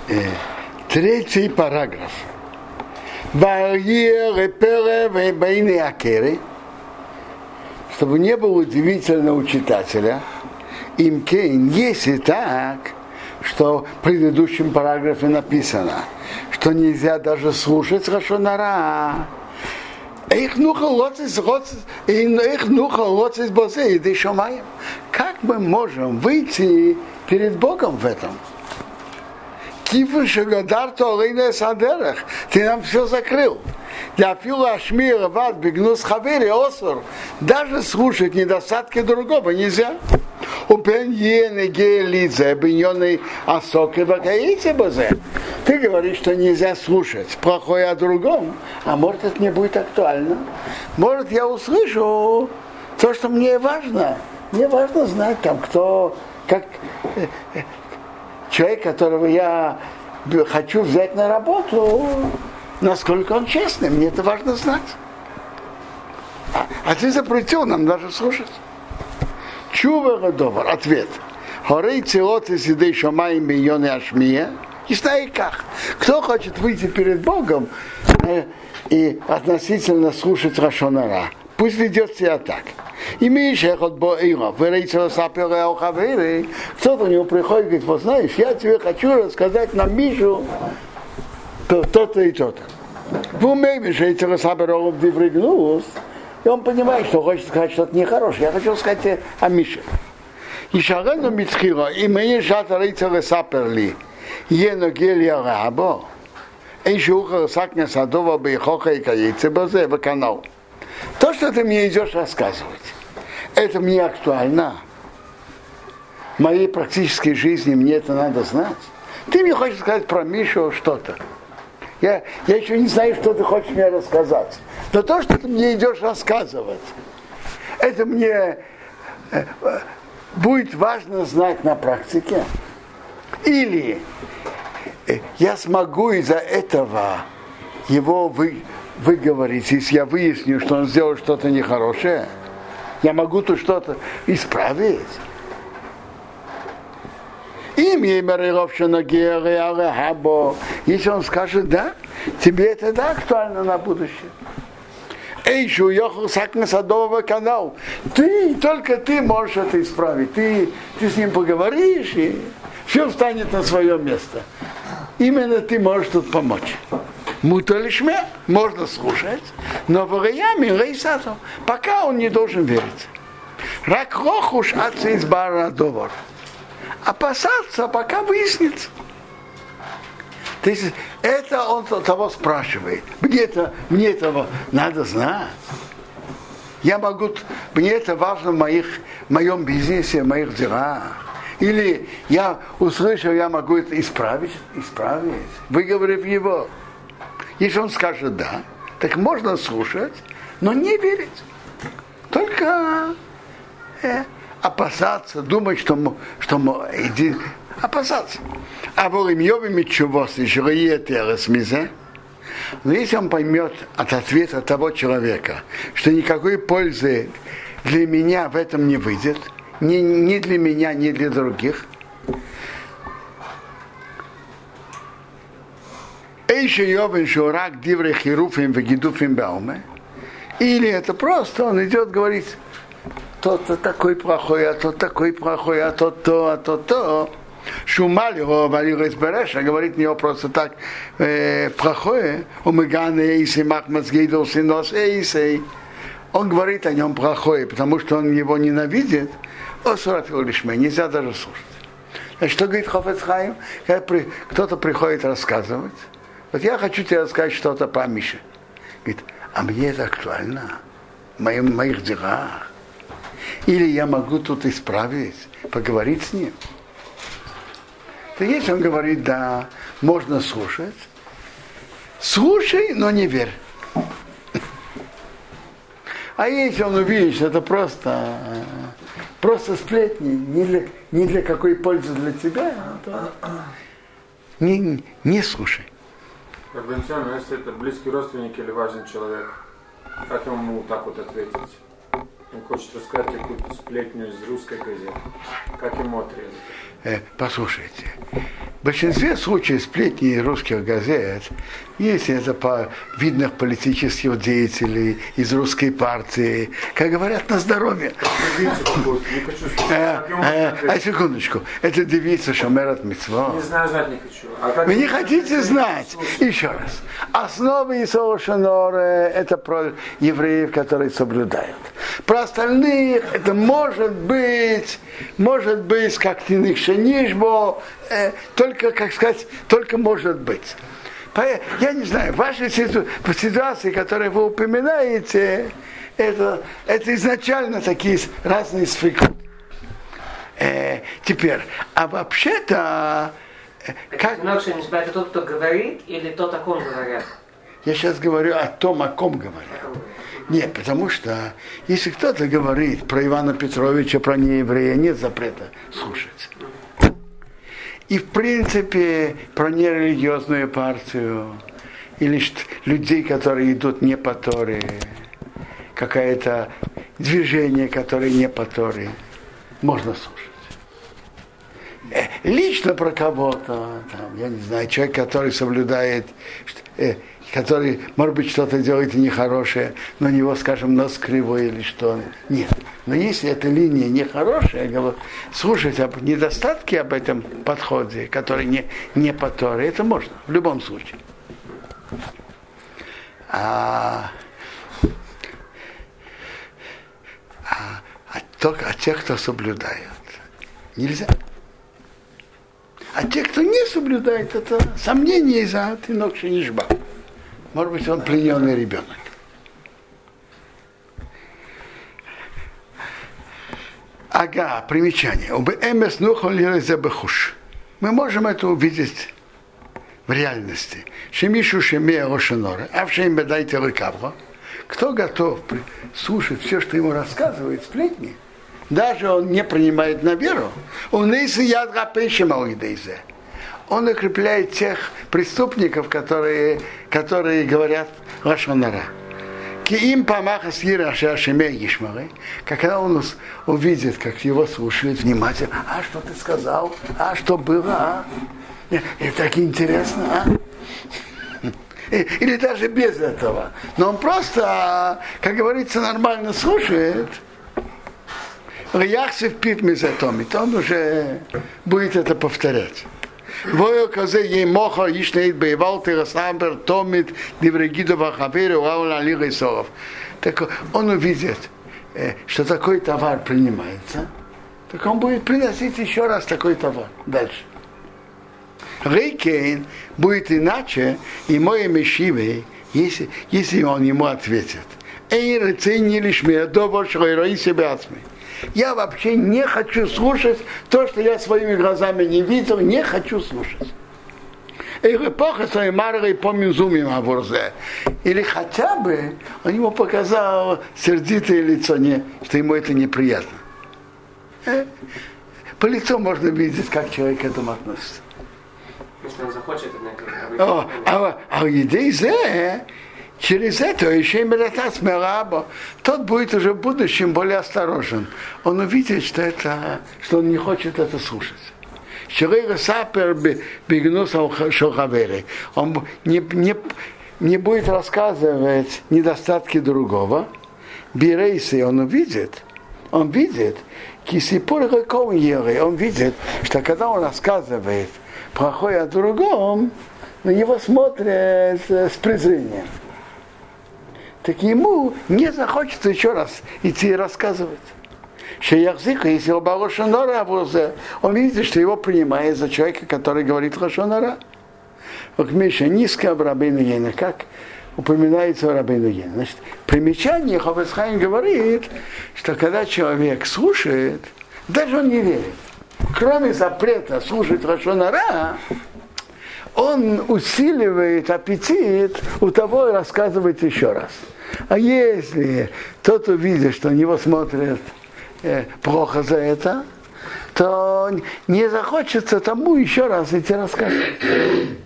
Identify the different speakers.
Speaker 1: Третий параграф. Чтобы не было удивительно у читателя, если так, что в предыдущем параграфе написано, что нельзя даже слушать лашон ара. Как мы можем выйти перед Богом в этом? Ты нам все закрыл. Даже слушать недостатки другого нельзя. Ты говоришь, что нельзя слушать плохое о другом, а может это не будет актуально. Может я услышу то, что мне важно. Мне важно знать там, кто, как человек, которого я хочу взять на работу, насколько он честный, мне это важно знать. А ты запретил нам даже слушать. Чува Радовар. Ответ. Хорей цилот и сидей шамаим бейоне ашмия. И знай как. Кто хочет выйти перед Богом и относительно слушать лашон ара, пусть ведет себя так. Имеешь эхот боиров, верейцел сапера алхаверы. Кто-то у него приходит и говорит, вот знаешь, я тебе хочу рассказать на Мишу то-то и то-то. В уме верейцел сапера алхаверы. И он понимает, что хочет сказать что-то нехорошее. Я хочу сказать тебе о Мише. И шарену мицхира, и мне жата рейцел саперли, ено гелия рабо, и шуха сакня садова бейхоха и каейце базе в канал. То, что ты мне идешь рассказывать, это мне актуально. В моей практической жизни мне это надо знать. Ты мне хочешь сказать про Мишу что-то. Я еще не знаю, что ты хочешь мне рассказать. Но то, что ты мне идешь рассказывать, это мне будет важно знать на практике. Или я смогу из-за этого его выговорить, если я выясню, что он сделал что-то нехорошее. Я могу тут что-то исправить. Если он скажет да, тебе это да актуально на будущее. Эйшу ехал сакна садового канал. Только ты можешь это исправить. Ты с ним поговоришь, и все встанет на свое место. Именно ты можешь тут помочь. Муталишме можно слушать, но в Раяме рейсатом, пока он не должен верить. Ракрохуш ацизбара довар. Опасаться, пока выяснится. То есть это он того спрашивает. Мне этого надо знать. Мне это важно в моем бизнесе, в моих делах. Или я услышал, я могу это исправить, выговорив его. Если он скажет да, так можно слушать, но не верить. Только опасаться, думать, что иди, опасаться. А волимьевыми чувосы, жиретересмизе. Но если он поймет от ответа того человека, что никакой пользы для меня в этом не выйдет, ни для меня, ни для других, или это просто он идет говорить, тот-то такой плохой, а тот такой плохой, а тот то. Шумали его, говорит не его просто так плохое. Он говорит о нем плохое, потому что он его ненавидит. Нельзя даже слушать. Значит, что говорит Хофец Хаим? Когда кто-то приходит рассказывать, вот я хочу тебе рассказать что-то про Мише. Говорит, а мне это актуально в моих делах. Или я могу тут исправить, поговорить с ним. То если он говорит, да, можно слушать, слушай, но не верь. А если он увидит, что это просто сплетни, не для какой пользы для тебя, то не слушай.
Speaker 2: Конвенционно, если это близкий родственник или важный человек, как ему так вот ответить? Он хочет рассказать какую-то сплетню из русской газеты. Как ему отрезать?
Speaker 1: Послушайте, В большинстве случаев сплетни русских газет, если это по видных политических деятелей из русской партии, как говорят, на здоровье. Секундочку, это девица Шомерет Мицвот.
Speaker 2: Не знаю, знать не хочу.
Speaker 1: Вы не хотите знать? Еще раз. Основы Исола Шанора это про евреев, которые соблюдают. Про остальных это может быть как Тиных Шенишбо, только, как сказать, только может быть. Я не знаю, в вашей ситуации, которые вы упоминаете, это изначально такие разные сфикы. Теперь, а вообще-то...
Speaker 3: Это тот, кто говорит, или тот, о ком говорят?
Speaker 1: Я сейчас говорю о том, о ком говорят. Нет, потому что если кто-то говорит про Ивана Петровича, про нееврея, нет запрета слушать. И в принципе про нерелигиозную партию или людей, которые идут не по Торе, какое-то движение, которое не по Торе, можно слушать. Лично про кого-то, там, я не знаю, человек, который соблюдает, который, может быть, что-то делает и нехорошее, но у него, скажем, нос кривой или что. Нет. Но если эта линия нехорошая, слушать об недостатке об этом подходе, который не по Торе, это можно, в любом случае. Только от тех, кто соблюдает, нельзя. А те, кто не соблюдает, это сомнение из-за Тинок Шенишба. Может быть, он плененный ребенок. Ага, примечание. Мы можем это увидеть в реальности. Шемишу шемея ошенора, а в шем бедайте рыкавро. Кто готов слушать все, что ему рассказывают сплетни, даже он не принимает на веру, он укрепляет тех преступников, которые говорят лашон ара. Когда он увидит, как его слушают внимательно, а что ты сказал, а что было, и так интересно, или даже без этого. Но он просто, как говорится, нормально слушает. Яхсев пит мизатомит, он уже будет это повторять. Вою козе ей моха ишнеит боевал терасамбер томит диврегидова хаверу аула лига соров. Так он увидит, что такой товар принимается, так он будет приносить еще раз такой товар дальше. Рейкейн будет иначе, и мой мешивей, если он ему ответит. Эй, рецени лишь меня добр, что я себя отсмей. Я вообще не хочу слушать то, что я своими глазами не видел, не хочу слушать. Или хотя бы он ему показал сердитое лицо, что ему это неприятно. По лицу можно видеть, как человек к этому относится.
Speaker 3: Если он захочет,
Speaker 1: через это еще тот будет уже в будущем более осторожен. Он увидит, что он не хочет это слушать. Он не будет рассказывать недостатки другого. Бирейсы он видит, он видит, что когда он рассказывает плохое о другом, на него смотрят с презрением. Так ему не захочется еще раз идти и рассказывать. Если он видит, что его принимает за человека, который говорит лашон-ара. Миша низко Рабейну Йейна, как упоминается в Рабейну Йейна. Значит, примечание Хафец Хаим говорит, что когда человек слушает, даже он не верит. Кроме запрета слушать лашон-ара, он усиливает аппетит у того и рассказывает еще раз. А если тот увидит, что на него смотрят плохо за это, то не захочется тому еще раз идти рассказывать.